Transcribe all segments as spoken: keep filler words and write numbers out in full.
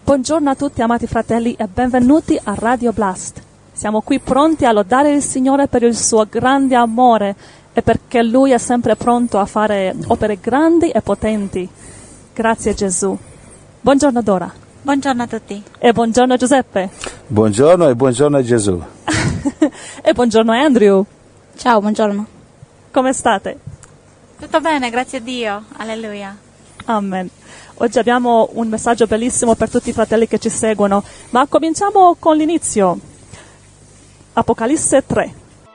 Buongiorno a tutti amati fratelli e benvenuti a Radio Blast. Siamo qui pronti a lodare il Signore per il suo grande amore e perché Lui è sempre pronto a fare opere grandi e potenti. Grazie Gesù. Buongiorno Dora. Buongiorno a tutti. E buongiorno Giuseppe. Buongiorno e buongiorno a Gesù. E buongiorno Andrew. Ciao, buongiorno. Come state? Tutto bene, grazie a Dio. Alleluia. Amen. Oggi abbiamo un messaggio bellissimo per tutti i fratelli che ci seguono, ma cominciamo con l'inizio. Apocalisse tre.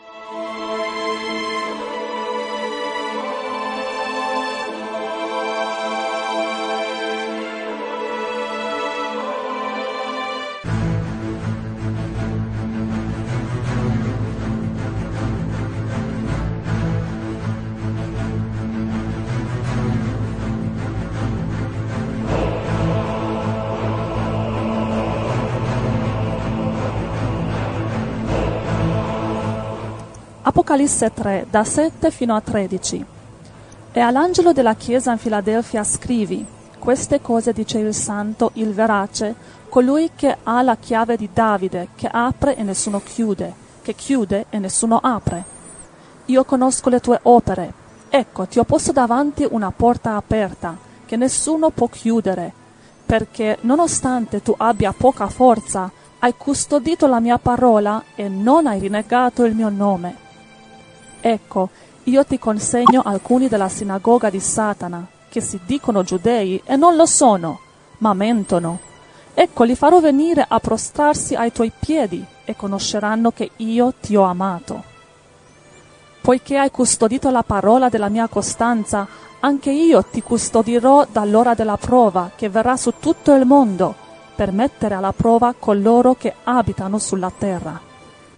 Apocalisse tre, da sette fino a tredici. E all'angelo della chiesa in Filadelfia scrivi: queste cose dice il santo, il verace, colui che ha la chiave di Davide, che apre e nessuno chiude, che chiude e nessuno apre. Io conosco le tue opere. Ecco, ti ho posto davanti una porta aperta, che nessuno può chiudere, perché nonostante tu abbia poca forza, hai custodito la mia parola e non hai rinnegato il mio nome. Ecco, io ti consegno alcuni della sinagoga di Satana, che si dicono giudei e non lo sono, ma mentono. Ecco, li farò venire a prostrarsi ai tuoi piedi e conosceranno che io ti ho amato. Poiché hai custodito la parola della mia costanza, anche io ti custodirò dall'ora della prova che verrà su tutto il mondo, per mettere alla prova coloro che abitano sulla terra.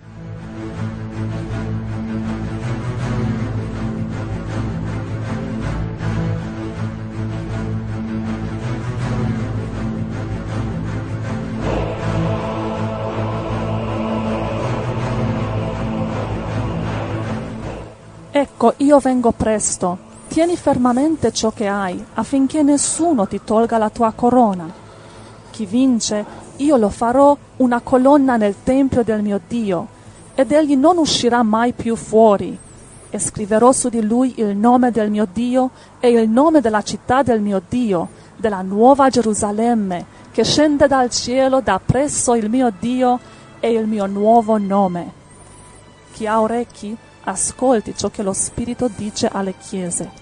Ecco, io vengo presto. Tieni fermamente ciò che hai, affinché nessuno ti tolga la tua corona. Chi vince, io lo farò una colonna nel tempio del mio Dio, ed egli non uscirà mai più fuori. E scriverò su di lui il nome del mio Dio e il nome della città del mio Dio, della nuova Gerusalemme, che scende dal cielo da presso il mio Dio e il mio nuovo nome. Chi ha orecchi, ascolti ciò che lo Spirito dice alle chiese.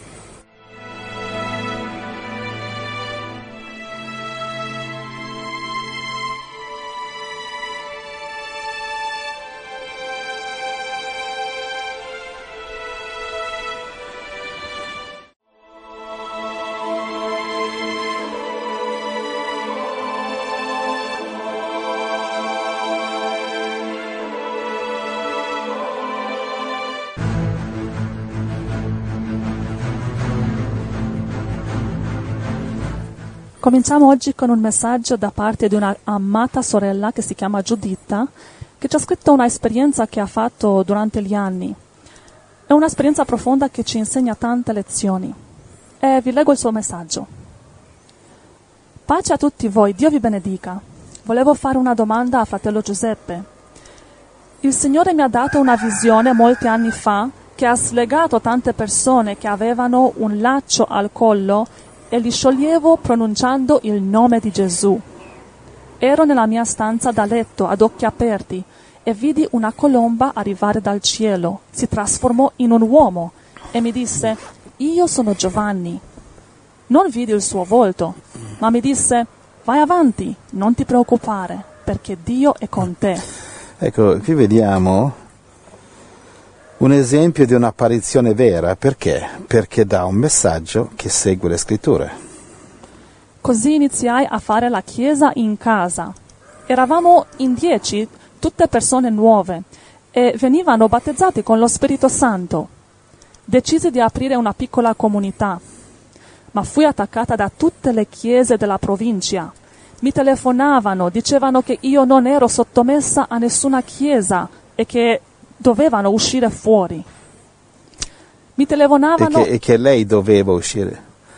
Cominciamo oggi con un messaggio da parte di una amata sorella che si chiama Giuditta, che ci ha scritto una esperienza che ha fatto durante gli anni. È un'esperienza profonda che ci insegna tante lezioni. E vi leggo il suo messaggio. Pace a tutti voi, Dio vi benedica. Volevo fare una domanda a fratello Giuseppe. Il Signore mi ha dato una visione molti anni fa che ha slegato tante persone che avevano un laccio al collo e li scioglievo pronunciando il nome di Gesù. Ero nella mia stanza da letto, ad occhi aperti, e vidi una colomba arrivare dal cielo. Si trasformò in un uomo e mi disse: io sono Giovanni. Non vidi il suo volto, ma mi disse: vai avanti, non ti preoccupare, perché Dio è con te. Ecco, qui vediamo un esempio di un'apparizione vera. Perché? Perché dà un messaggio che segue le scritture. Così iniziai a fare la chiesa in casa. Eravamo in dieci, tutte persone nuove, e venivano battezzati con lo Spirito Santo. Decisi di aprire una piccola comunità, ma fui attaccata da tutte le chiese della provincia. Mi telefonavano, dicevano che io non ero sottomessa a nessuna chiesa e che dovevano uscire fuori. Mi telefonavano... E che, e che lei doveva uscire.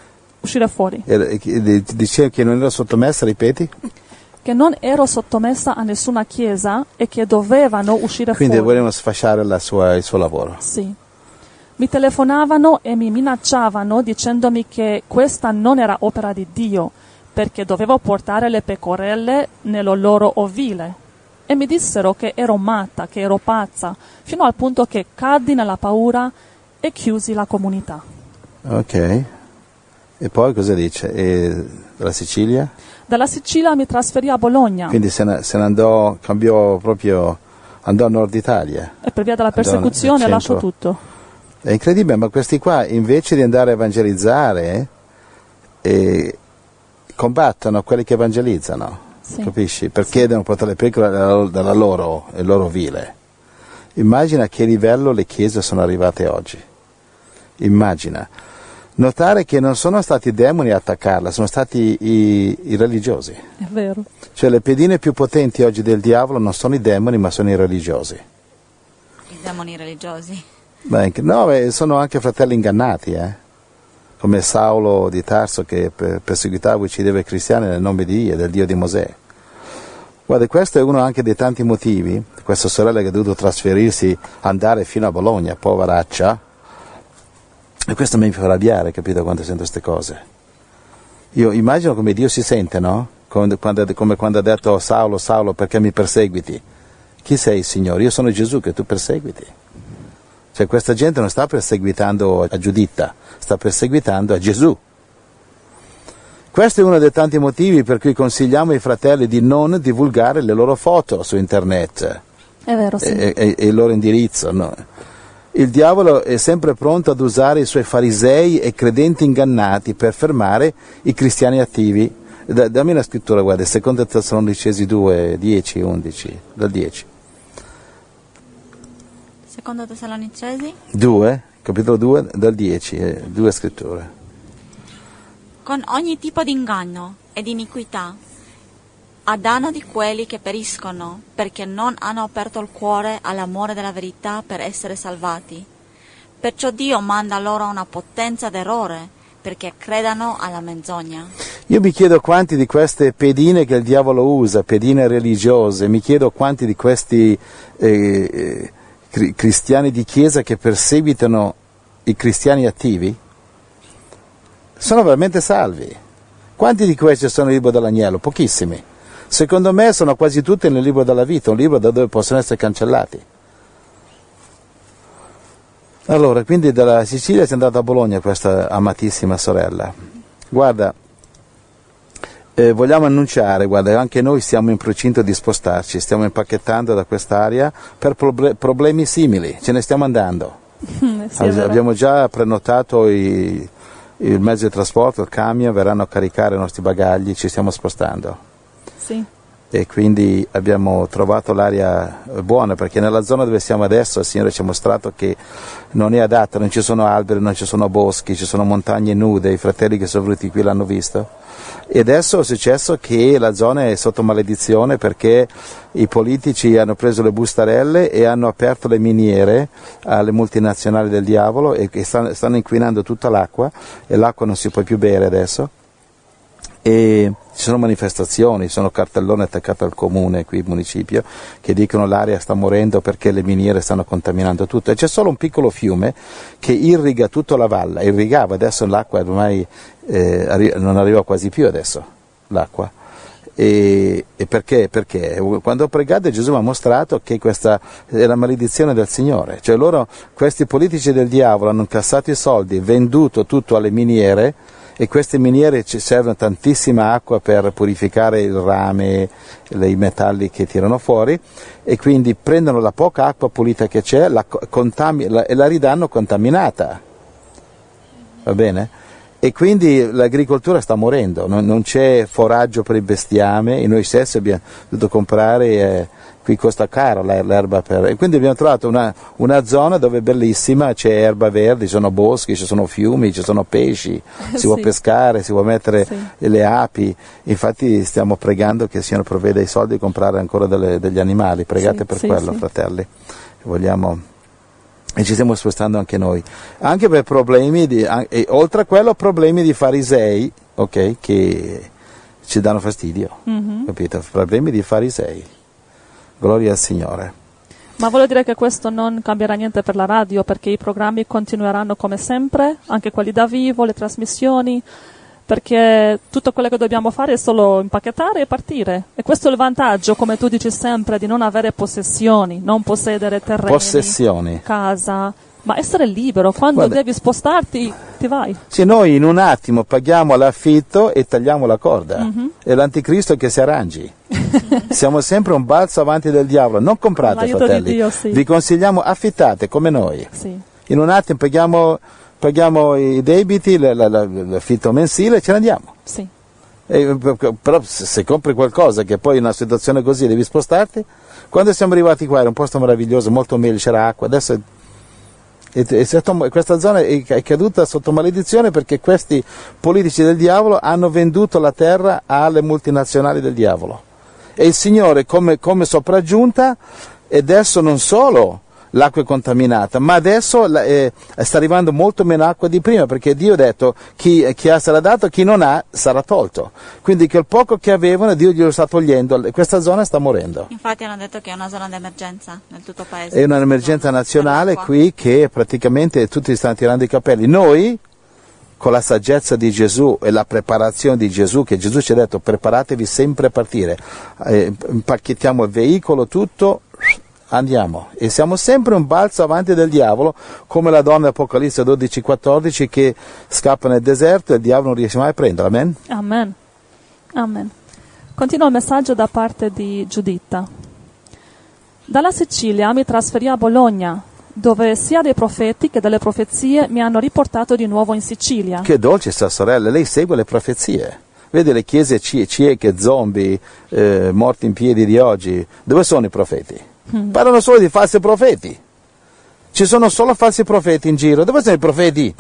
uscire fuori. E, e, dicevi che non ero sottomessa, ripeti? Che non ero sottomessa a nessuna chiesa e che dovevano uscire Quindi fuori. volevano sfasciare la sua, il suo lavoro. Sì. Mi telefonavano e mi minacciavano dicendomi che questa non era opera di Dio, perché dovevo portare le pecorelle nello loro ovile. E mi dissero che ero matta, che ero pazza, fino al punto che caddi nella paura e chiusi la comunità. Ok. E poi cosa dice? E dalla Sicilia? Dalla Sicilia mi trasferì a Bologna. Quindi se ne, se ne andò, cambiò proprio, andò a Nord Italia. E per via della Andò persecuzione nel lascio centro. tutto. È incredibile, ma questi qua invece di andare a evangelizzare eh, combattono quelli che evangelizzano, Sì. capisci? Perché devono portare le pecore dalla, dalla loro, il loro vile. Immagina a che livello le chiese sono arrivate oggi. Immagina. Notare che non sono stati i demoni a attaccarla, sono stati i, i religiosi. È vero. Cioè le pedine più potenti oggi del diavolo non sono i demoni, ma sono i religiosi. I demoni religiosi. Beh, no, beh, sono anche fratelli ingannati, eh? Come Saulo di Tarso che perseguitava e uccideva i cristiani nel nome di Dio, del Dio di Mosè. Guarda, questo è uno anche dei tanti motivi, questa sorella che ha dovuto trasferirsi, andare fino a Bologna, poveraccia, e questo mi fa arrabbiare, capito, quando sento queste cose. Io immagino come Dio si sente, no? Come quando, come quando ha detto Saulo, Saulo, perché mi perseguiti? Chi sei, Signore? Io sono Gesù che tu perseguiti. Cioè questa gente non sta perseguitando a Giuditta, sta perseguitando a Gesù. Questo è uno dei tanti motivi per cui consigliamo ai fratelli di non divulgare le loro foto su internet. È vero, sì. E, e, e il loro indirizzo. No? Il diavolo è sempre pronto ad usare i suoi farisei e credenti ingannati per fermare i cristiani attivi. Da, dammi una scrittura, guarda, secondo Tessalonicesi due, dieci, undici, dal dieci. Secondo Tessalonicesi? due, capitolo due, dal dieci, eh, due scritture. Con ogni tipo di inganno e di iniquità, a danno di quelli che periscono, perché non hanno aperto il cuore all'amore della verità per essere salvati. Perciò Dio manda loro una potenza d'errore, perché credano alla menzogna. Io mi chiedo quanti di queste pedine che il diavolo usa, pedine religiose, mi chiedo quanti di questi eh, cri- cristiani di chiesa che perseguitano i cristiani attivi sono veramente salvi. Quanti di questi sono nel libro dell'agnello? Pochissimi. Secondo me sono quasi tutti nel libro della vita, un libro da dove possono essere cancellati. Allora, quindi dalla Sicilia si è andata a Bologna questa amatissima sorella. Guarda, eh, vogliamo annunciare, guarda, anche noi stiamo in procinto di spostarci, stiamo impacchettando da quest'area per proble- problemi simili, ce ne stiamo andando. Sì, Abbiamo già prenotato i, il mezzo di trasporto, il camion, verranno a caricare i nostri bagagli, ci stiamo spostando. Sì. E quindi abbiamo trovato l'area buona, perché nella zona dove siamo adesso il Signore ci ha mostrato che non è adatta, non ci sono alberi, non ci sono boschi, ci sono montagne nude, i fratelli che sono venuti qui l'hanno visto. E adesso è successo che la zona è sotto maledizione perché i politici hanno preso le bustarelle e hanno aperto le miniere alle multinazionali del diavolo e che stanno, stanno inquinando tutta l'acqua e l'acqua non si può più bere adesso. E ci sono manifestazioni, sono cartelloni attaccati al comune, qui il municipio, che dicono l'area sta morendo perché le miniere stanno contaminando tutto. E c'è solo un piccolo fiume che irriga tutta la valle, irrigava, adesso l'acqua ormai eh, arri- non arriva quasi più adesso, l'acqua. E, e perché? Perché quando ho pregato Gesù mi ha mostrato che questa è la maledizione del Signore, cioè loro, questi politici del diavolo hanno incassato i soldi, venduto tutto alle miniere, e queste miniere ci servono tantissima acqua per purificare il rame, le, i metalli che tirano fuori, e quindi prendono la poca acqua pulita che c'è la, contami- la, e la ridanno contaminata, va bene? E quindi l'agricoltura sta morendo, non, non c'è foraggio per il bestiame e noi stessi abbiamo dovuto comprare, eh, qui costa caro l'erba per... E quindi abbiamo trovato una, una zona dove è bellissima, c'è erba verde, ci sono boschi, ci sono fiumi, ci sono pesci, si Sì. può pescare, si può mettere Sì. le api, infatti stiamo pregando che il Signore provveda i soldi e comprare ancora delle, degli animali, pregate Sì, per sì, quello, sì. fratelli, vogliamo E ci stiamo spostando anche noi, anche per problemi, di, e oltre a quello problemi di farisei, ok, che ci danno fastidio, mm-hmm. capito? Problemi di farisei, gloria al Signore. Ma voglio dire che questo non cambierà niente per la radio, perché i programmi continueranno come sempre, anche quelli da vivo, le trasmissioni, perché tutto quello che dobbiamo fare è solo impacchettare e partire. E questo è il vantaggio, come tu dici sempre, di non avere possessioni, non possedere terreni, possessioni. casa, ma essere libero. Quando Guarda, devi spostarti, ti vai. Sì, noi in un attimo paghiamo l'affitto e tagliamo la corda. Mm-hmm. È l'anticristo che si arrangi. Siamo sempre un balzo avanti del diavolo. Non comprate, l'aiuto fratelli. Di Dio, sì. Vi consigliamo, affittate come noi. Sì. In un attimo paghiamo... paghiamo i debiti, l'affitto mensile e ce ne andiamo. Sì. E, però se, se compri qualcosa che poi in una situazione così devi spostarti, quando siamo arrivati qua era un posto meraviglioso, molto meglio, c'era acqua, adesso è, è, è, questa zona è, è caduta sotto maledizione perché questi politici del diavolo hanno venduto la terra alle multinazionali del diavolo. E il Signore come, come sopraggiunta, e adesso non solo l'acqua è contaminata, ma adesso eh, sta arrivando molto meno acqua di prima, perché Dio ha detto chi, chi ha sarà dato, chi non ha sarà tolto. Quindi quel poco che avevano Dio glielo sta togliendo, questa zona sta morendo. Infatti hanno detto che è una zona di emergenza nel tutto il paese. È un'emergenza nazionale qui che praticamente tutti stanno tirando i capelli. Noi, con la saggezza di Gesù e la preparazione di Gesù, che Gesù ci ha detto preparatevi sempre a partire, eh, impacchettiamo il veicolo, tutto, andiamo, e siamo sempre un balzo avanti del diavolo, come la donna Apocalisse dodici quattordici che scappa nel deserto e il diavolo non riesce mai a prenderla. Amen? Amen. Amen. Continua il messaggio da parte di Giuditta. Dalla Sicilia mi trasferì a Bologna, dove sia dei profeti che delle profezie mi hanno riportato di nuovo in Sicilia. Che dolce sta sorella, lei segue le profezie. Vede le chiese cieche, zombie, eh, morti in piedi di oggi. Dove sono i profeti? Mm. Parlano solo di falsi profeti. Ci sono solo falsi profeti in giro. Dove sono i profeti?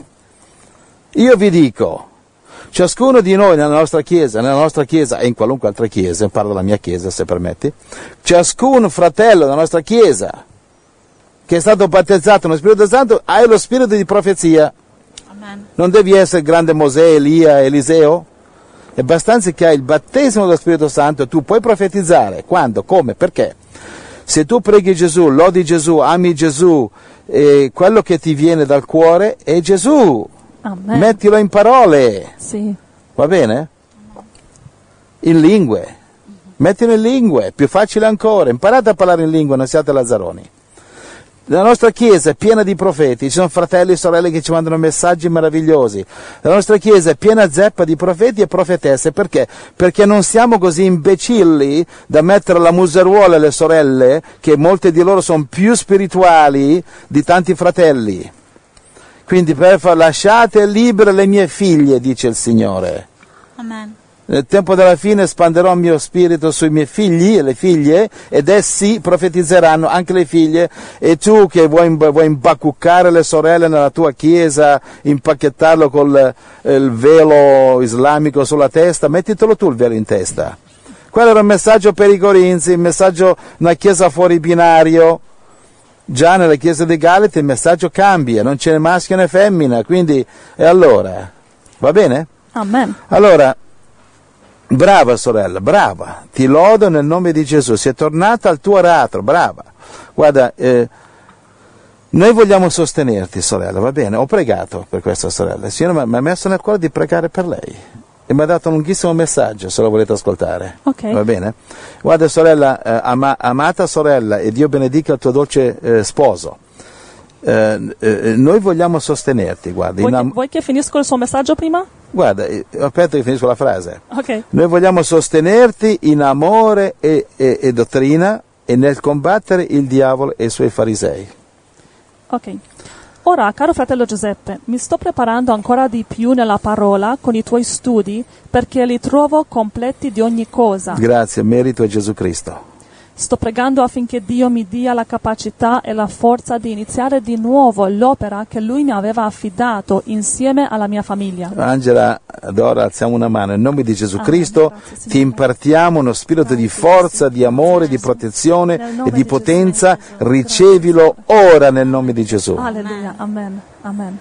Io vi dico, ciascuno di noi nella nostra chiesa, nella nostra chiesa e in qualunque altra chiesa, parlo della mia chiesa se permetti, ciascun fratello della nostra chiesa che è stato battezzato nello Spirito Santo ha lo spirito di profezia. Amen. Non devi essere il grande Mosè, Elia, Eliseo. È abbastanza che hai il battesimo dello Spirito Santo e tu puoi profetizzare. Quando? Come? Perché? Se tu preghi Gesù, lodi Gesù, ami Gesù, e quello che ti viene dal cuore è Gesù. Amen. Mettilo in parole. Sì. Va bene? In lingue. Mettilo in lingue, più facile ancora. Imparate a parlare in lingua, non siate lazzaroni. La nostra chiesa è piena di profeti, ci sono fratelli e sorelle che ci mandano messaggi meravigliosi. La nostra chiesa è piena zeppa di profeti e profetesse. Perché? Perché non siamo così imbecilli da mettere la museruola alle sorelle, che molte di loro sono più spirituali di tanti fratelli. Quindi per far, lasciate libere le mie figlie, dice il Signore. Amen. Nel tempo della fine espanderò il mio spirito sui miei figli e le figlie, ed essi profetizzeranno, anche le figlie. E tu che vuoi, vuoi imbacuccare le sorelle nella tua chiesa, impacchettarlo col il velo islamico sulla testa, mettitelo tu il velo in testa. Quello era un messaggio per i Corinzi, il messaggio una chiesa fuori binario. Già nella chiesa dei Galati il messaggio cambia, non c'è né maschio né femmina, quindi, e allora, va bene? Amen. Allora, brava sorella, brava, ti lodo nel nome di Gesù, sei tornata al tuo aratro, brava. Guarda, eh, noi vogliamo sostenerti, sorella, va bene? Ho pregato per questa sorella, il Signore mi ha messo nel cuore di pregare per lei e mi ha dato un lunghissimo messaggio, se lo volete ascoltare. Okay. Va bene? Guarda sorella, eh, ama, amata sorella, e Dio benedica il tuo dolce eh, sposo. Eh, eh, noi vogliamo sostenerti, guarda. Vuoi, am- che, vuoi che finisco il suo messaggio prima? Guarda, eh, aspetta che finisco la frase. Ok. Noi vogliamo sostenerti in amore e, e, e dottrina e nel combattere il diavolo e i suoi farisei. Ok. Ora, caro fratello Giuseppe, mi sto preparando ancora di più nella parola con i tuoi studi perché li trovo completi di ogni cosa. Grazie, merito a Gesù Cristo. Sto pregando affinché Dio mi dia la capacità e la forza di iniziare di nuovo l'opera che Lui mi aveva affidato insieme alla mia famiglia. Angela, ad ora alziamo una mano. In nome di Gesù Amen. Cristo Grazie, Signore. ti impartiamo uno spirito di forza, di amore, di protezione Nel e nome di di Gesù. potenza. Ricevilo ora nel nome di Gesù. Alleluia, amen, amen.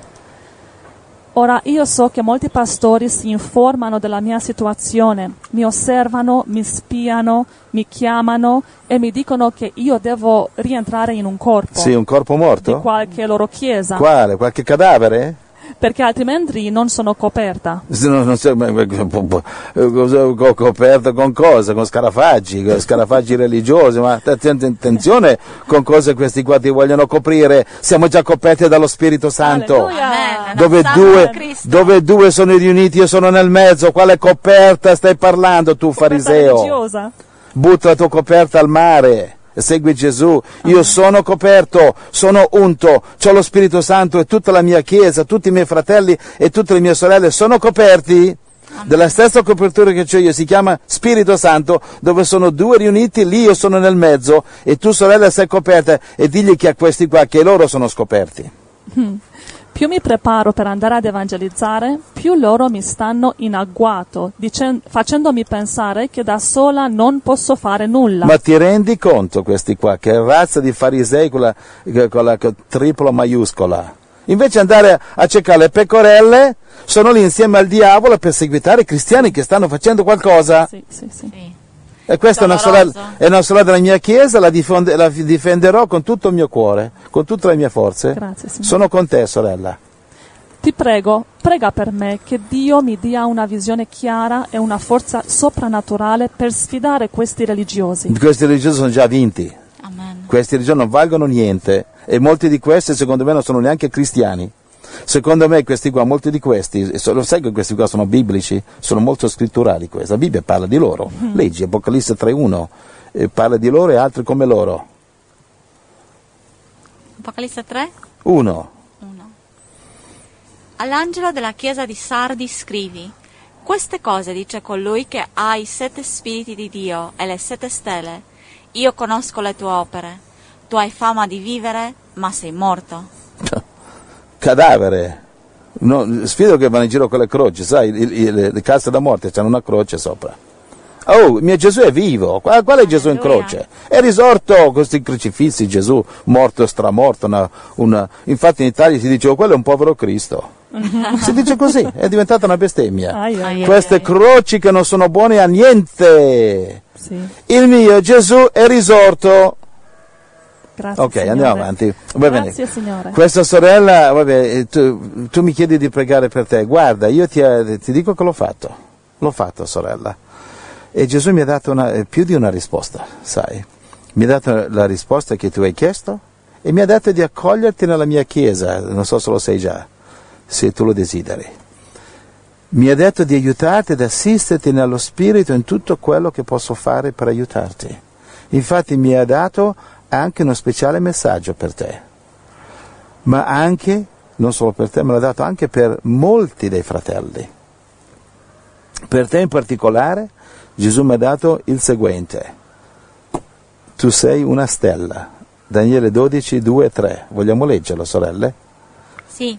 Ora io so che molti pastori si informano della mia situazione, mi osservano, mi spiano, mi chiamano e mi dicono che io devo rientrare in un corpo Sì, un corpo di morto? qualche loro chiesa, Quale? Qualche cadavere? perché altrimenti non sono coperta. Se Non, non so, ma- ma- cosa- co- coperto con cosa? Con scarafaggi, con scarafaggi religiosi, ma att- att- attenzione con cose questi qua ti vogliono coprire, siamo già coperti dallo Spirito Santo. Alleluia. Amen. Dove Sangue due, di Cristo. dove due sono riuniti io sono nel mezzo, quale coperta stai parlando tu Coperta fariseo? religiosa. Butta la tua coperta al mare e segui Gesù. Io sono coperto, sono unto, c'ho lo Spirito Santo e tutta la mia chiesa, tutti i miei fratelli e tutte le mie sorelle sono coperti della stessa copertura che ho io, si chiama Spirito Santo, dove sono due riuniti, lì io sono nel mezzo e tu sorella sei coperta e digli che a questi qua che loro sono scoperti. Più mi preparo per andare ad evangelizzare, più loro mi stanno in agguato, dicen- facendomi pensare che da sola non posso fare nulla. Ma ti rendi conto questi qua, che razza di farisei con la, con la con tripla maiuscola? Invece andare a cercare le pecorelle, sono lì insieme al diavolo a perseguitare i cristiani che stanno facendo qualcosa. Sì, sì, sì. Sì. E questa è una, Doloroso. sorella, è una sorella della mia chiesa, la, difende- la difenderò con tutto il mio cuore, con tutte le mie forze. Grazie, Signore. Sono con te, sorella. Ti prego, prega per me che Dio mi dia una visione chiara e una forza soprannaturale per sfidare questi religiosi. Questi religiosi sono già vinti. Amen. Questi religiosi non valgono niente e molti di questi secondo me non sono neanche cristiani. Secondo me questi qua, molti di questi, so- lo sai che questi qua sono biblici, sono molto scritturali questi. La Bibbia parla di loro. Leggi Apocalisse tre uno, eh, parla di loro e altri come loro. Apocalisse tre? Uno. uno. All'angelo della chiesa di Sardi scrivi: queste cose dice colui che ha i sette spiriti di Dio e le sette stelle. Io conosco le tue opere. Tu hai fama di vivere, ma sei morto. Cadavere. No, sfido che vanno in giro con le croci, sai, il- il- le casse da morte hanno una croce sopra. Oh, mio Gesù è vivo. Qual, qual è Gesù in Alleluia. croce? È risorto con questi crocifissi, Gesù, morto, stramorto. Una, una... Infatti in Italia si dice, oh, quello è un povero Cristo. Si dice così, è diventata una bestemmia. Ai, ai, Ai, Queste ai. croci che non sono buone a niente. Sì, Il mio Gesù è risorto. grazie, Ok, Signore. andiamo avanti. Va bene. Grazie, Signore. Questa sorella, vabbè, eh, tu, tu mi chiedi di pregare per te. Guarda, io ti, eh, ti dico che l'ho fatto. L'ho fatto, sorella. E Gesù mi ha dato una, eh, più di una risposta, sai. Mi ha dato la risposta che tu hai chiesto e mi ha detto di accoglierti nella mia chiesa. Non so se lo sai già, se tu lo desideri. Mi ha detto di aiutarti, di assisterti nello spirito in tutto quello che posso fare per aiutarti. Infatti mi ha dato anche uno speciale messaggio per te, ma anche, non solo per te, me l'ha dato anche per molti dei fratelli. Per te in particolare, Gesù mi ha dato il seguente: tu sei una stella. Daniele dodici, due e tre. Vogliamo leggerlo, sorelle? Sì.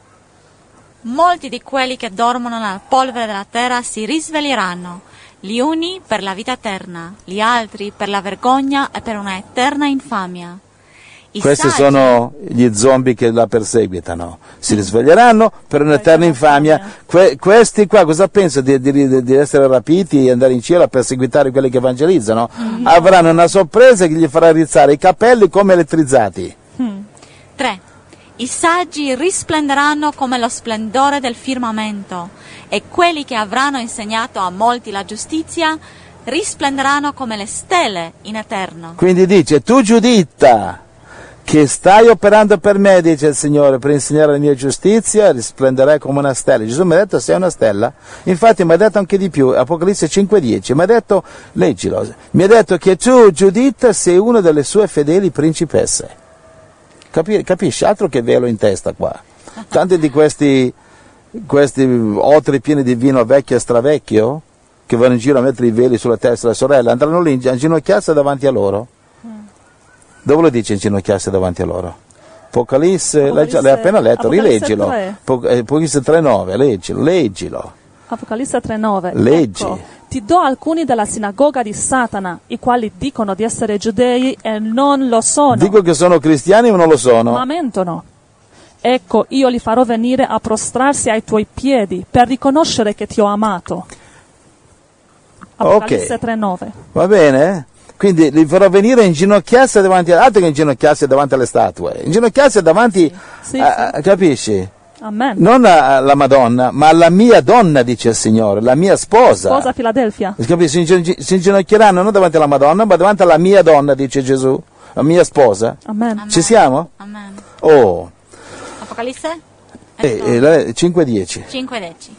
Molti di quelli che dormono nella polvere della terra si risveglieranno, gli uni per la vita eterna, gli altri per la vergogna e per una eterna infamia. I Questi saggi- sono gli zombie che la perseguitano. Si risveglieranno per un'eterna infamia. Que- questi qua cosa pensano? Di, di- di essere rapiti e andare in cielo a perseguitare quelli che evangelizzano? Avranno una sorpresa che gli farà rizzare i capelli come elettrizzati. tre. I saggi risplenderanno come lo splendore del firmamento, e quelli che avranno insegnato a molti la giustizia risplenderanno come le stelle in eterno. Quindi dice, tu Giuditta, che stai operando per me, dice il Signore, per insegnare la mia giustizia, risplenderai come una stella. Gesù mi ha detto, sei una stella. Infatti mi ha detto anche di più, Apocalisse cinque dieci, mi ha detto, leggilo, mi ha detto che tu Giuditta sei una delle sue fedeli principesse. Capi- capisci? Altro che velo in testa qua. Tanti di questi, questi otri pieni di vino vecchio e stravecchio, che vanno in giro a mettere i veli sulla testa della sorella, andranno lì a inginocchiarsi davanti a loro. Dove lo dice inginocchiarsi davanti a loro? Apocalisse, Apocalisse- l'hai appena letto, Apocalisse rileggilo. tre. Po- eh, Apocalisse tre nove, leggilo, leggilo. Apocalisse tre nove. Leggi. Ecco, ti do alcuni della sinagoga di Satana, i quali dicono di essere giudei e non lo sono, Dico che sono cristiani ma non lo sono. ma mentono. Ecco, io li farò venire a prostrarsi ai tuoi piedi per riconoscere che ti ho amato. Apocalisse Ok. tre nove. Va bene? Quindi li farò venire a inginocchiarsi davanti, altro che inginocchiarsi davanti alle statue, inginocchiarsi davanti, Sì, a- a- capisci? Amen. Non alla Madonna, ma alla mia donna, dice il Signore, la mia sposa. Sposa Filadelfia. Capisci? Si ingi- si inginocchieranno non davanti alla Madonna, ma davanti alla mia donna, dice Gesù, la mia sposa. Amen. Amen. Ci siamo? Amen. Oh, Apocalisse? eh, eh, la- cinque dieci. cinque dieci.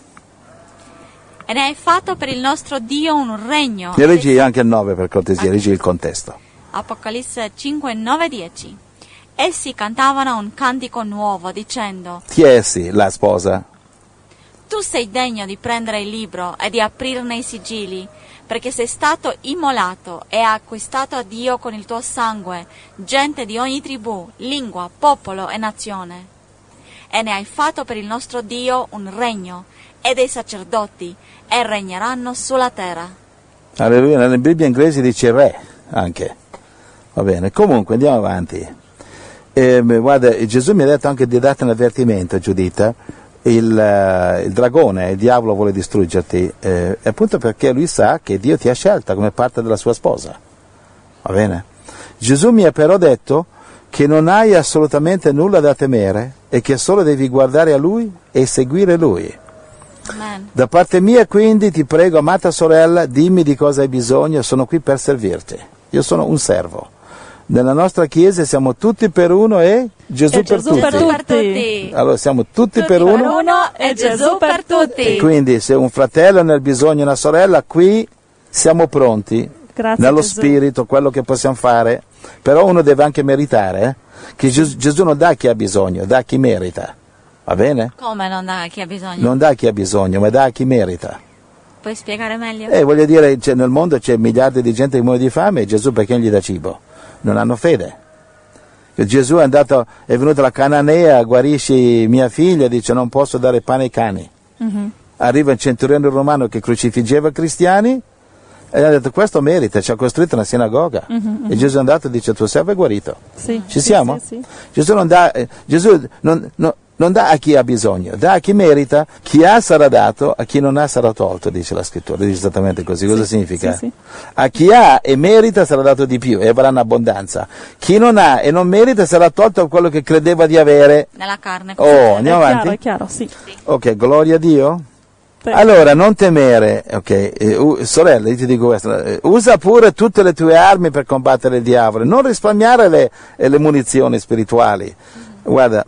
E ne hai fatto per il nostro Dio un regno. E leggi anche il nove per cortesia, leggi il contesto. Apocalisse cinque, nove, dieci. Essi cantavano un cantico nuovo dicendo: Chi è essi, la sposa? Tu sei degno di prendere il libro e di aprirne i sigilli, perché sei stato immolato e hai acquistato a Dio con il tuo sangue gente di ogni tribù, lingua, popolo e nazione. E ne hai fatto per il nostro Dio un regno e dei sacerdoti, e regneranno sulla terra. Alleluia, nella Bibbia inglese dice re anche. Va bene, comunque andiamo avanti. Eh, guarda, Gesù mi ha detto anche di darti un avvertimento, Giuditta. Il, eh, il dragone, il diavolo vuole distruggerti, eh, appunto perché lui sa che Dio ti ha scelta come parte della sua sposa. Va bene? Gesù mi ha però detto che non hai assolutamente nulla da temere e che solo devi guardare a Lui e seguire Lui. Amen. Da parte mia quindi ti prego, amata sorella, dimmi di cosa hai bisogno, sono qui per servirti. Io sono un servo. Nella nostra chiesa siamo tutti per uno e Gesù, E per, Gesù tutti. per Gesù tutti. per tutti. Allora siamo tutti, Tutti per uno. e Gesù per tutti. E quindi se un fratello ha nel bisogno, una sorella, qui siamo pronti, Grazie, nello Gesù. spirito, quello che possiamo fare. Però uno deve anche meritare, eh? Che Gesù, Gesù non dà a chi ha bisogno, dà a chi merita. Va bene? Come non dà a chi ha bisogno? Non dà a chi ha bisogno, ma dà a chi merita. Puoi spiegare meglio? E voglio dire, c'è- nel mondo c'è miliardi di gente che muore di fame e Gesù perché non gli dà cibo? Non hanno fede. Gesù è andato, è venuto alla Cananea, guarisci mia figlia, dice non posso dare pane ai cani. Mhm. Arriva un centurione romano che crocifiggeva cristiani e ha detto questo merita, ci ha costruito una sinagoga. E Gesù è andato e dice tuo servo è guarito. Sì, Ci sì, siamo? sì, sì. Gesù non dà, eh, Gesù non, no- non dà a chi ha bisogno, dà a chi merita, chi ha sarà dato, a chi non ha sarà tolto, dice la scrittura, dice esattamente così. Cosa significa? sì, sì. A chi ha e merita sarà dato di più e avranno abbondanza. Chi non ha e non merita sarà tolto quello che credeva di avere. Nella carne. Oh, È andiamo chiaro, avanti? è chiaro, sì. Ok, gloria a Dio. Prego. Allora, non temere, ok, eh, u- sorella, io ti dico questo, eh, usa pure tutte le tue armi per combattere il diavolo, non risparmiare le, eh, le munizioni spirituali. Guarda,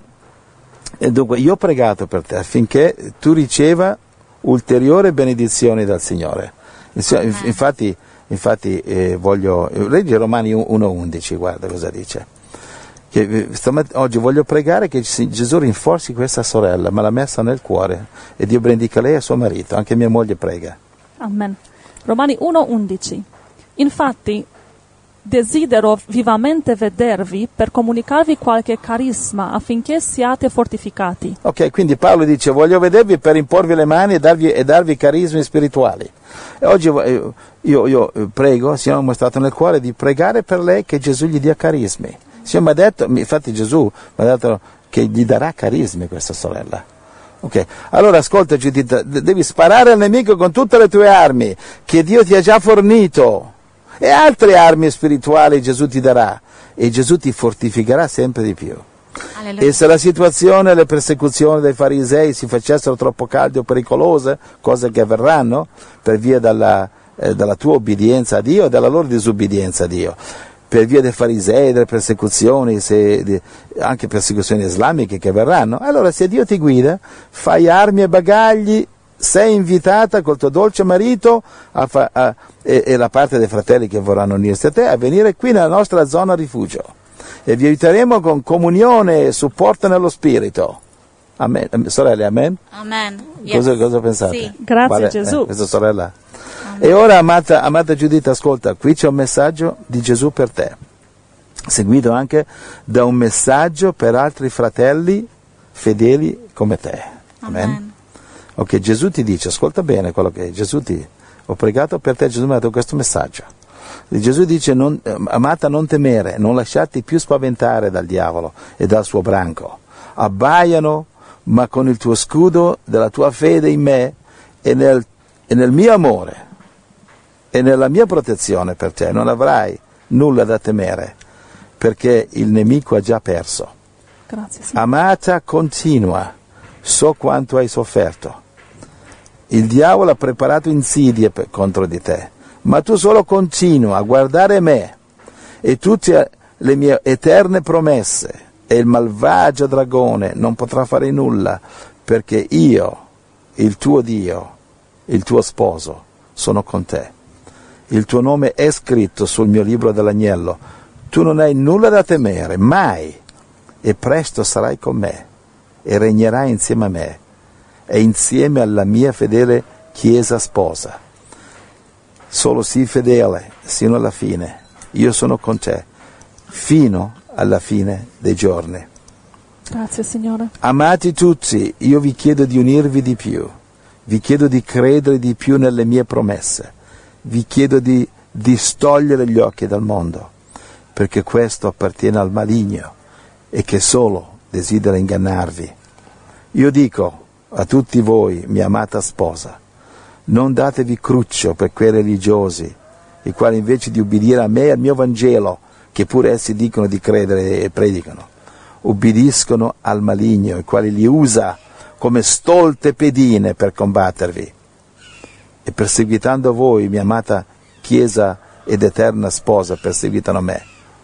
e dunque, io ho pregato per te affinché tu riceva ulteriori benedizioni dal Signore. Inf- Amen. Infatti, infatti eh, voglio, leggi Romani uno undici, guarda cosa dice. Che, eh, stamat- oggi voglio pregare che si- Gesù rinforzi questa sorella, me l'ha messa nel cuore e Dio benedica lei e suo marito, anche mia moglie prega. Amen. Romani uno undici. Infatti, desidero vivamente vedervi per comunicarvi qualche carisma affinché siate fortificati. Ok, quindi Paolo dice voglio vedervi per imporvi le mani e darvi, e darvi carismi spirituali. E oggi eh, io, io eh, prego, il Signore mi ha mostrato nel cuore di pregare per lei che Gesù gli dia carismi. Il Signore mi ha detto, infatti Gesù mi ha detto che gli darà carismi questa sorella. Ok, allora ascolta Giuditta, de- devi sparare al nemico con tutte le tue armi che Dio ti ha già fornito e altre armi spirituali Gesù ti darà e Gesù ti fortificherà sempre di più. Alleluia. E se la situazione e le persecuzioni dei farisei si facessero troppo calde o pericolose, cose che avverranno per via della, eh, della tua obbedienza a Dio e della loro disobbedienza a Dio, per via dei farisei, delle persecuzioni, se, di, anche persecuzioni islamiche che verranno, allora se Dio ti guida, fai armi e bagagli, sei invitata col tuo dolce marito a fa, a, e, e la parte dei fratelli che vorranno unirsi a te a venire qui nella nostra zona rifugio e vi aiuteremo con comunione e supporto nello spirito. Amen. Sorelle, amen? Amen. Yes. Cosa, cosa pensate? Sì. Grazie, Qual è? Gesù. Eh, questa sorella. E ora, amata, amata Giuditta, ascolta, qui c'è un messaggio di Gesù per te. seguito anche da un messaggio per altri fratelli fedeli come te. Amen. Amen. Ok, Gesù ti dice, ascolta bene quello che Gesù ti... Ho pregato per te, Gesù mi ha dato questo messaggio. Gesù dice, non, amata, non temere, non lasciarti più spaventare dal diavolo e dal suo branco. Abbaiano, ma con il tuo scudo della tua fede in me e nel, e nel mio amore e nella mia protezione per te. Non avrai nulla da temere, perché il nemico ha già perso. Grazie, Signore. Amata, continua, so quanto hai sofferto. Il diavolo ha preparato insidie per, contro di te, ma tu solo continua a guardare me e tutte le mie eterne promesse, e il malvagio dragone non potrà fare nulla, perché io, il tuo Dio, il tuo sposo, sono con te. Il tuo nome è scritto sul mio libro dell'agnello. Tu non hai nulla da temere, mai, e presto sarai con me e regnerai insieme a me e insieme alla mia fedele Chiesa sposa. Solo sii fedele sino alla fine. Io sono con te fino alla fine dei giorni. Grazie, Signore. Amati tutti, io vi chiedo di unirvi di più, vi chiedo di credere di più nelle mie promesse, vi chiedo di distogliere gli occhi dal mondo, perché questo appartiene al maligno e che solo desidera ingannarvi. Io dico a tutti voi, mia amata sposa, non datevi cruccio per quei religiosi, i quali invece di ubbidire a me e al mio Vangelo, che pure essi dicono di credere e predicano, ubbidiscono al maligno, il quale li usa come stolte pedine per combattervi. E perseguitando voi, mia amata Chiesa ed eterna sposa, perseguitano me.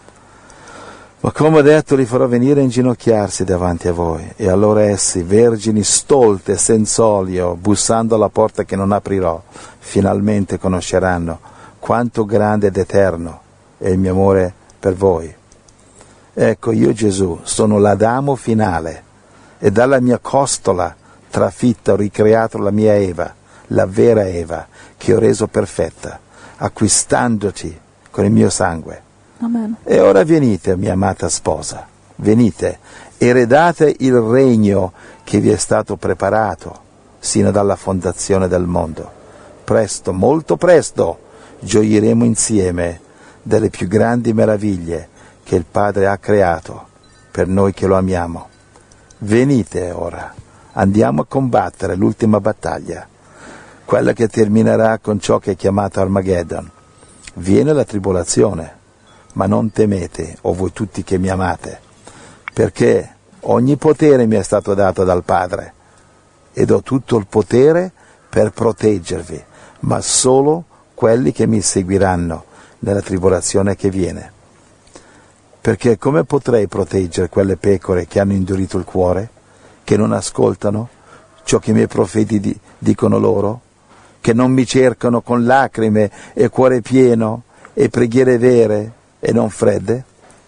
Ma come ho detto, li farò venire a inginocchiarsi davanti a voi, e allora essi, vergini stolte, senza olio, bussando alla porta che non aprirò, finalmente conosceranno quanto grande ed eterno è il mio amore per voi. Ecco, io Gesù sono l'Adamo finale, e dalla mia costola trafitta ho ricreato la mia Eva, la vera Eva, che ho reso perfetta, acquistandoti con il mio sangue. Amen. E ora venite, mia amata sposa, venite, eredate il regno che vi è stato preparato sino dalla fondazione del mondo. Presto, molto presto, gioiremo insieme delle più grandi meraviglie che il Padre ha creato per noi che lo amiamo. Venite ora, andiamo a combattere l'ultima battaglia, quella che terminerà con ciò che è chiamato Armageddon. Viene la tribolazione, ma non temete, o voi tutti che mi amate, perché ogni potere mi è stato dato dal Padre, ed ho tutto il potere per proteggervi, ma solo quelli che mi seguiranno nella tribolazione che viene. Perché come potrei proteggere quelle pecore che hanno indurito il cuore, che non ascoltano ciò che i miei profeti di- dicono loro, che non mi cercano con lacrime e cuore pieno e preghiere vere e non fredde?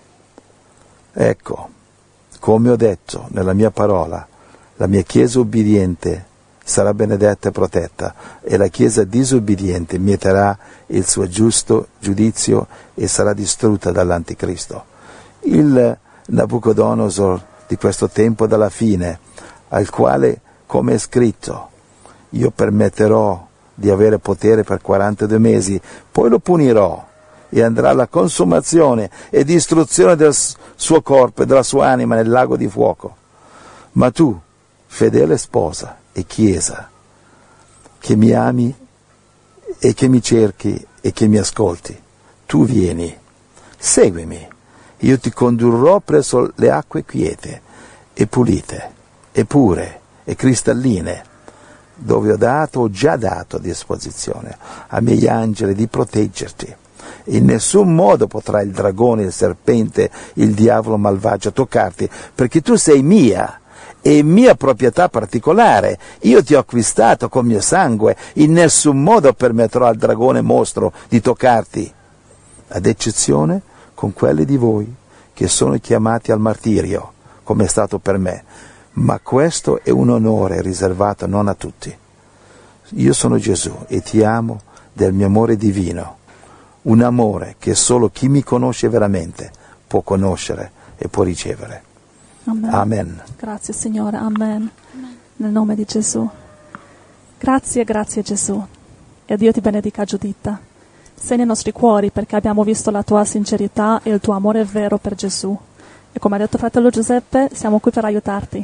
Ecco, come ho detto nella mia parola, la mia Chiesa ubbidiente sarà benedetta e protetta, e la Chiesa disobbediente mieterà il suo giusto giudizio e sarà distrutta dall'Anticristo. Il Nabucodonosor di questo tempo dalla fine, al quale, come è scritto, io permetterò di avere potere per quarantadue mesi, poi lo punirò e andrà alla consumazione e distruzione del suo corpo e della sua anima nel lago di fuoco. Ma tu, fedele sposa e Chiesa, che mi ami e che mi cerchi e che mi ascolti, tu vieni, seguimi, io ti condurrò presso le acque quiete e pulite e pure e cristalline, dove ho dato, ho già dato a disposizione ai miei angeli di proteggerti. In nessun modo potrà il dragone, il serpente, il diavolo malvagio toccarti, perché tu sei mia e mia proprietà particolare. Io ti ho acquistato con mio sangue, in nessun modo permetterò al dragone mostro di toccarti, ad eccezione con quelli di voi che sono chiamati al martirio, come è stato per me. Ma questo è un onore riservato non a tutti. Io sono Gesù e ti amo del mio amore divino, un amore che solo chi mi conosce veramente può conoscere e può ricevere. Amen. Amen. Grazie Signore, amen. Nel nome di Gesù. Grazie, grazie Gesù. E Dio ti benedica, Giuditta. Sei nei nostri cuori perché abbiamo visto la tua sincerità e il tuo amore vero per Gesù. E come ha detto fratello Giuseppe, siamo qui per aiutarti.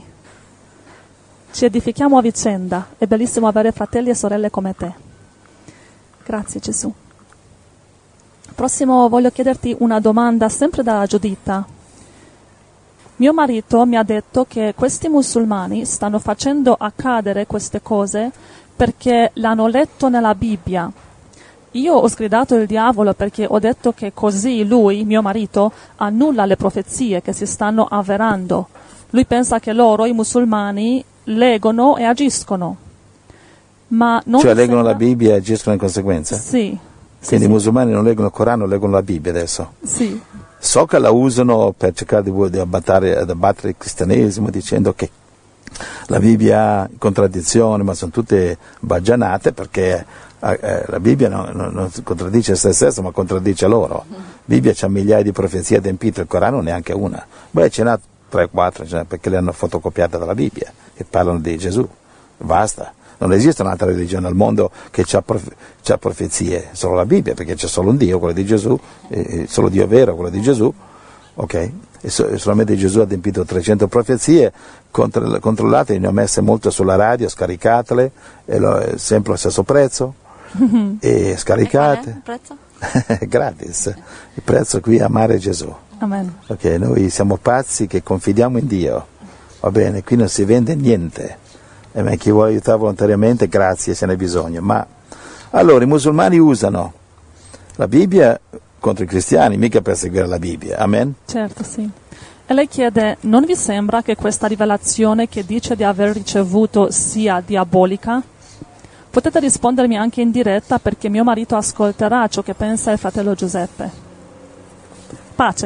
Ci edifichiamo a vicenda. È bellissimo avere fratelli e sorelle come te. Grazie Gesù. Prossimo voglio chiederti una domanda sempre da Giuditta. Mio marito mi ha detto che questi musulmani stanno facendo accadere queste cose perché l'hanno letto nella Bibbia. Io ho sgridato il diavolo perché ho detto che così lui, mio marito, annulla le profezie che si stanno avverando. Lui pensa che loro, i musulmani, leggono e agiscono. Ma non cioè leggono sembra... la Bibbia e agiscono in conseguenza? Sì. Quindi sì, i musulmani non leggono il Corano, leggono la Bibbia adesso? Sì. So che la usano per cercare di, di abbattere, ad abbattere il cristianesimo dicendo che la Bibbia ha contraddizioni, ma sono tutte baggianate perché eh, la Bibbia non, non, non contraddice se stessa ma contraddice loro. La Bibbia c'ha migliaia di profezie adempiute, il Corano neanche una. Beh, ce n'ha tre quattro perché le hanno fotocopiate dalla Bibbia e parlano di Gesù. Basta. Non esiste un'altra religione al mondo che ha profe- profezie, solo la Bibbia, perché c'è solo un Dio, quello di Gesù, e solo Dio vero, quello di Gesù, ok? E, so- e solamente Gesù ha adempito trecento profezie, contro- controllate, ne ho messe molte sulla radio, scaricatele, e lo- è sempre lo stesso prezzo, e scaricate. E qual è il prezzo? Gratis. Il prezzo qui è amare Gesù. Amen. Ok, noi siamo pazzi che confidiamo in Dio, va bene? Qui non si vende niente. E eh, chi vuole aiutare volontariamente, grazie se ne ha bisogno. Ma allora i musulmani usano la Bibbia contro i cristiani, mica per seguire la Bibbia. Amen? Certo, sì. E lei chiede, non vi sembra che questa rivelazione che dice di aver ricevuto sia diabolica? Potete rispondermi anche in diretta perché mio marito ascolterà ciò che pensa il fratello Giuseppe. Pace.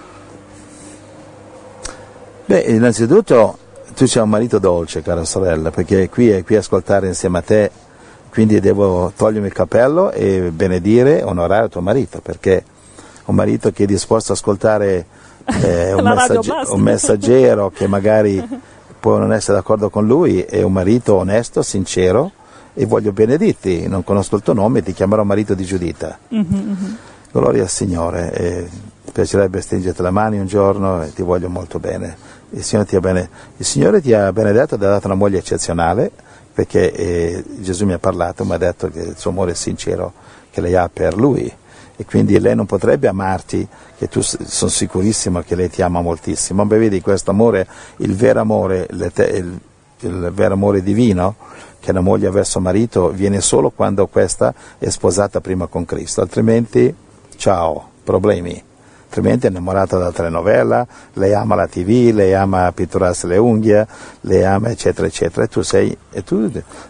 Beh, innanzitutto tu c'hai un marito dolce, cara sorella, perché qui è qui a ascoltare insieme a te, quindi devo togliermi il cappello e benedire e onorare tuo marito, perché un marito che è disposto ad ascoltare eh, un, messagge- un messaggero che magari può non essere d'accordo con lui, è un marito onesto, sincero, e voglio benedirti, non conosco il tuo nome, ti chiamerò marito di Giuditta. Mm-hmm. Gloria al Signore, eh, mi piacerebbe stringerti le mani un giorno e ti voglio molto bene. Il Signore ti ha, bene, il Signore ti ha benedetto e ti ha dato una moglie eccezionale, perché eh, Gesù mi ha parlato, mi ha detto che il suo amore è sincero che lei ha per Lui, e quindi lei non potrebbe amarti, che tu sono sicurissimo che lei ti ama moltissimo, ma vedi questo amore, il vero amore, il, il, il vero amore divino, che una moglie verso marito viene solo quando questa è sposata prima con Cristo, altrimenti ciao, problemi. Altrimenti è innamorata della telenovela, lei ama la tivù, lei ama pitturarsi le unghie, lei ama eccetera eccetera, e tu sei, e tu,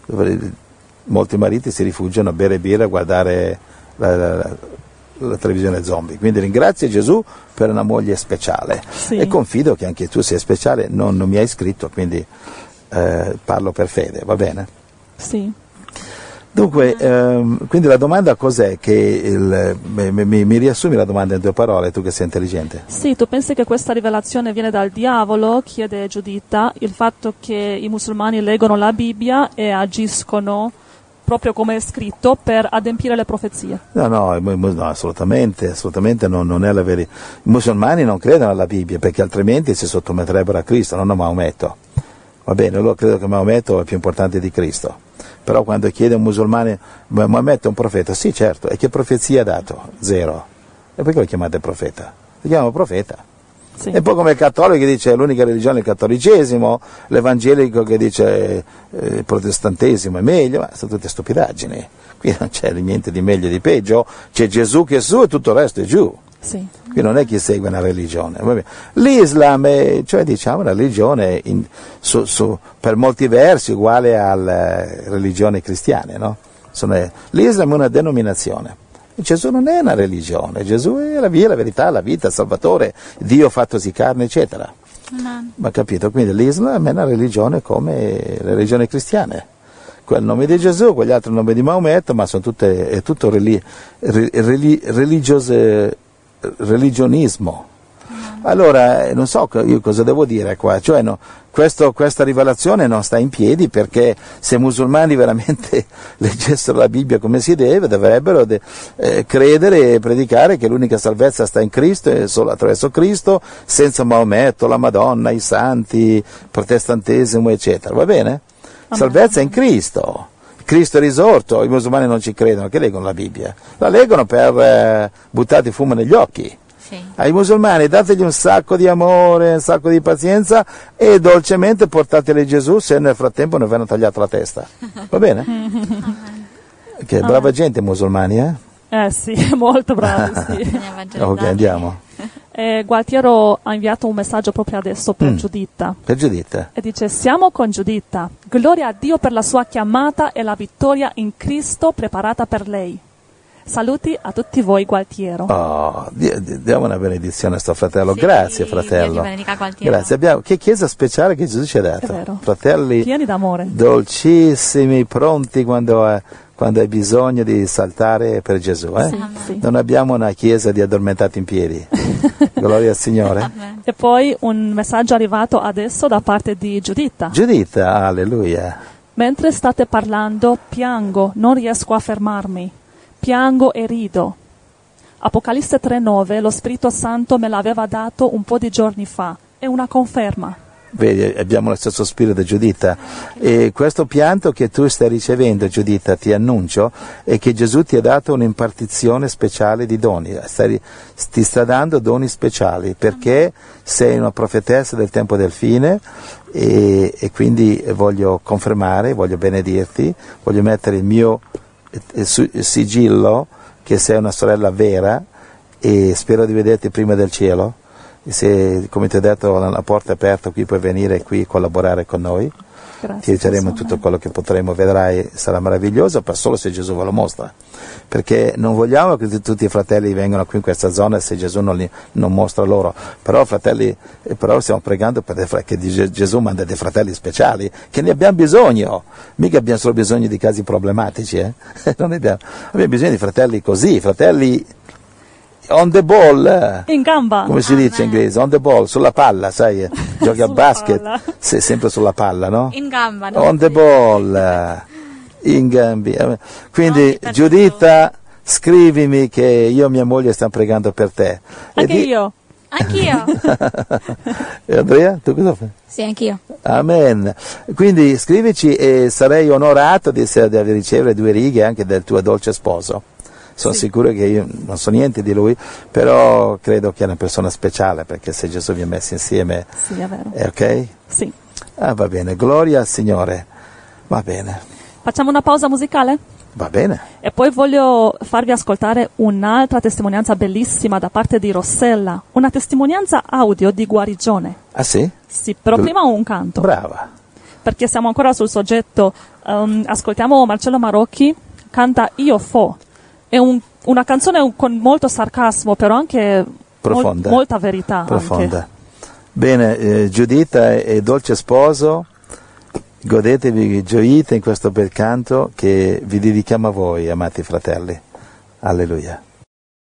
molti mariti si rifugiano a bere birra e a guardare la, la, la, la televisione zombie. Quindi ringrazio Gesù per una moglie speciale, sì. E confido che anche tu sia speciale, non, non mi hai scritto, quindi eh, parlo per fede, va bene? Sì. Dunque, ehm, quindi la domanda cos'è? Che il, mi, mi, mi riassumi la domanda in due parole, tu che sei intelligente? Sì, tu pensi che questa rivelazione viene dal diavolo, chiede Giuditta, il fatto che i musulmani leggono la Bibbia e agiscono proprio come è scritto per adempiere le profezie? No, no, no assolutamente, assolutamente non, non è la verità. I musulmani non credono alla Bibbia perché altrimenti si sottometterebbero a Cristo, non a Maometto. Va bene, allora credo che Maometto è più importante di Cristo. Però quando chiede a un musulmano, Maometto è un profeta? Sì, certo. E che profezia ha dato? Zero. E perché lo chiamate profeta? Lo chiamano profeta. Sì. E poi come il cattolico che dice l'unica religione è il cattolicesimo, l'evangelico che dice eh, il protestantesimo è meglio, ma sono tutte stupidaggini. Qui non c'è niente di meglio e di peggio, c'è Gesù che è su e tutto il resto è giù. Sì. Qui non è chi segue una religione. L'Islam è, cioè diciamo, una religione in, su, su, per molti versi uguale alle religioni cristiane, no? Sono, L'Islam è una denominazione. Gesù non è una religione, Gesù è la via, la verità, la vita, il Salvatore, Dio fattosi carne, eccetera. Amen. Ma capito? Quindi l'Islam è una religione come le religioni cristiane. Quel nome di Gesù, quegli altri nomi di Maometto, ma sono tutte, è tutto reli, reli, religiose, religionismo. Allora, eh, non so co- io cosa devo dire qua, cioè no, questo- questa rivelazione non sta in piedi, perché se i musulmani veramente leggessero la Bibbia come si deve, dovrebbero de- eh, credere e predicare che l'unica salvezza sta in Cristo e solo attraverso Cristo, senza Maometto, la Madonna, i santi, protestantesimo, eccetera, va bene? Salvezza in Cristo. Cristo è risorto, i musulmani non ci credono, che leggono la Bibbia? La leggono per eh, buttarti fumo negli occhi. Sì. Ai musulmani dategli un sacco di amore, un sacco di pazienza e dolcemente portateli Gesù se nel frattempo non vi hanno tagliato la testa. Va bene? Che brava gente musulmani, eh? Eh sì, molto bravi, sì. Bisogna evangelizzare. Ok, andiamo. E Gualtiero ha inviato un messaggio proprio adesso per Mm. Giuditta. Per Giuditta. E dice: siamo con Giuditta. Gloria a Dio per la sua chiamata e la vittoria in Cristo preparata per lei. Saluti a tutti voi, Gualtiero. Oh, di- di- diamo una benedizione a sto fratello. Sì, Grazie, Dio fratello. ti benedica, Gualtiero. Grazie. Abbiamo, che chiesa speciale che Gesù ci ha dato. È vero. Fratelli Pieni d'amore. dolcissimi, pronti quando, eh, quando hai bisogno di saltare per Gesù. Eh? Sì, sì. Non abbiamo una chiesa di addormentati in piedi. Gloria al Signore. Amen. E poi un messaggio arrivato adesso da parte di Giuditta. Giuditta, alleluia. Mentre state parlando, piango, non riesco a fermarmi. Piango e rido. Apocalisse tre nove, lo Spirito Santo me l'aveva dato un po' di giorni fa. È una conferma. Vedi, abbiamo lo stesso spirito, Giuditta. E questo pianto che tu stai ricevendo, Giuditta, ti annuncio, è che Gesù ti ha dato un'impartizione speciale di doni. Stai- ti sta dando doni speciali, perché sei una profetessa del tempo del fine e, e quindi voglio confermare, voglio benedirti, voglio mettere il mio eh, su- sigillo che sei una sorella vera e spero di vederti prima del cielo. E se, come ti ho detto, la porta è aperta, qui puoi venire qui a collaborare con noi. Grazie. Ti aiuteremo in Gesù. tutto quello che potremo, vedrai, sarà meraviglioso, ma solo se Gesù ve lo mostra. Perché non vogliamo che t- tutti i fratelli vengano qui in questa zona se Gesù non, li, non mostra loro. Però, fratelli, eh, però stiamo pregando per dei fra- che di- Gesù manda dei fratelli speciali, che ne abbiamo bisogno. Mica abbiamo solo bisogno di casi problematici, eh? Non abbiamo, abbiamo bisogno di fratelli così, fratelli on the ball. eh. In gamba. Come si dice in inglese? On the ball, sulla palla, sai? eh, Giochi a Sulla basket, palla. sei sempre sulla palla, no? In gamba, no? On the ball, eh, in gambi. Eh, Quindi, No, per Giuditta, scrivimi che io e mia moglie stiamo pregando per te. E Anche di- io. Anch'io. E Andrea, tu cosa fai? Sì, anch'io. Amen. Quindi scrivici e sarei onorato di, essere- di ricevere due righe anche del tuo dolce sposo. Sono sicuro che io non so niente di lui, però credo che è una persona speciale, perché se Gesù vi ha messi insieme, Sì, è vero. è ok? Sì. Ah, va bene, gloria al Signore. Va bene, Facciamo una pausa musicale? va bene. E poi voglio farvi ascoltare un'altra testimonianza bellissima da parte di Rossella, una testimonianza audio di guarigione. Ah sì? Sì, però Bra- prima un canto, Brava. perché siamo ancora sul soggetto. Um, ascoltiamo Marcello Marocchi, canta Io Fo. È un- una canzone con molto sarcasmo, però anche mol- Profonda. molta verità. Profonda. Anche. Bene, eh, Giuditta e, e dolce sposo, godetevi, gioite in questo bel canto che vi dedichiamo a voi, amati fratelli. Alleluia.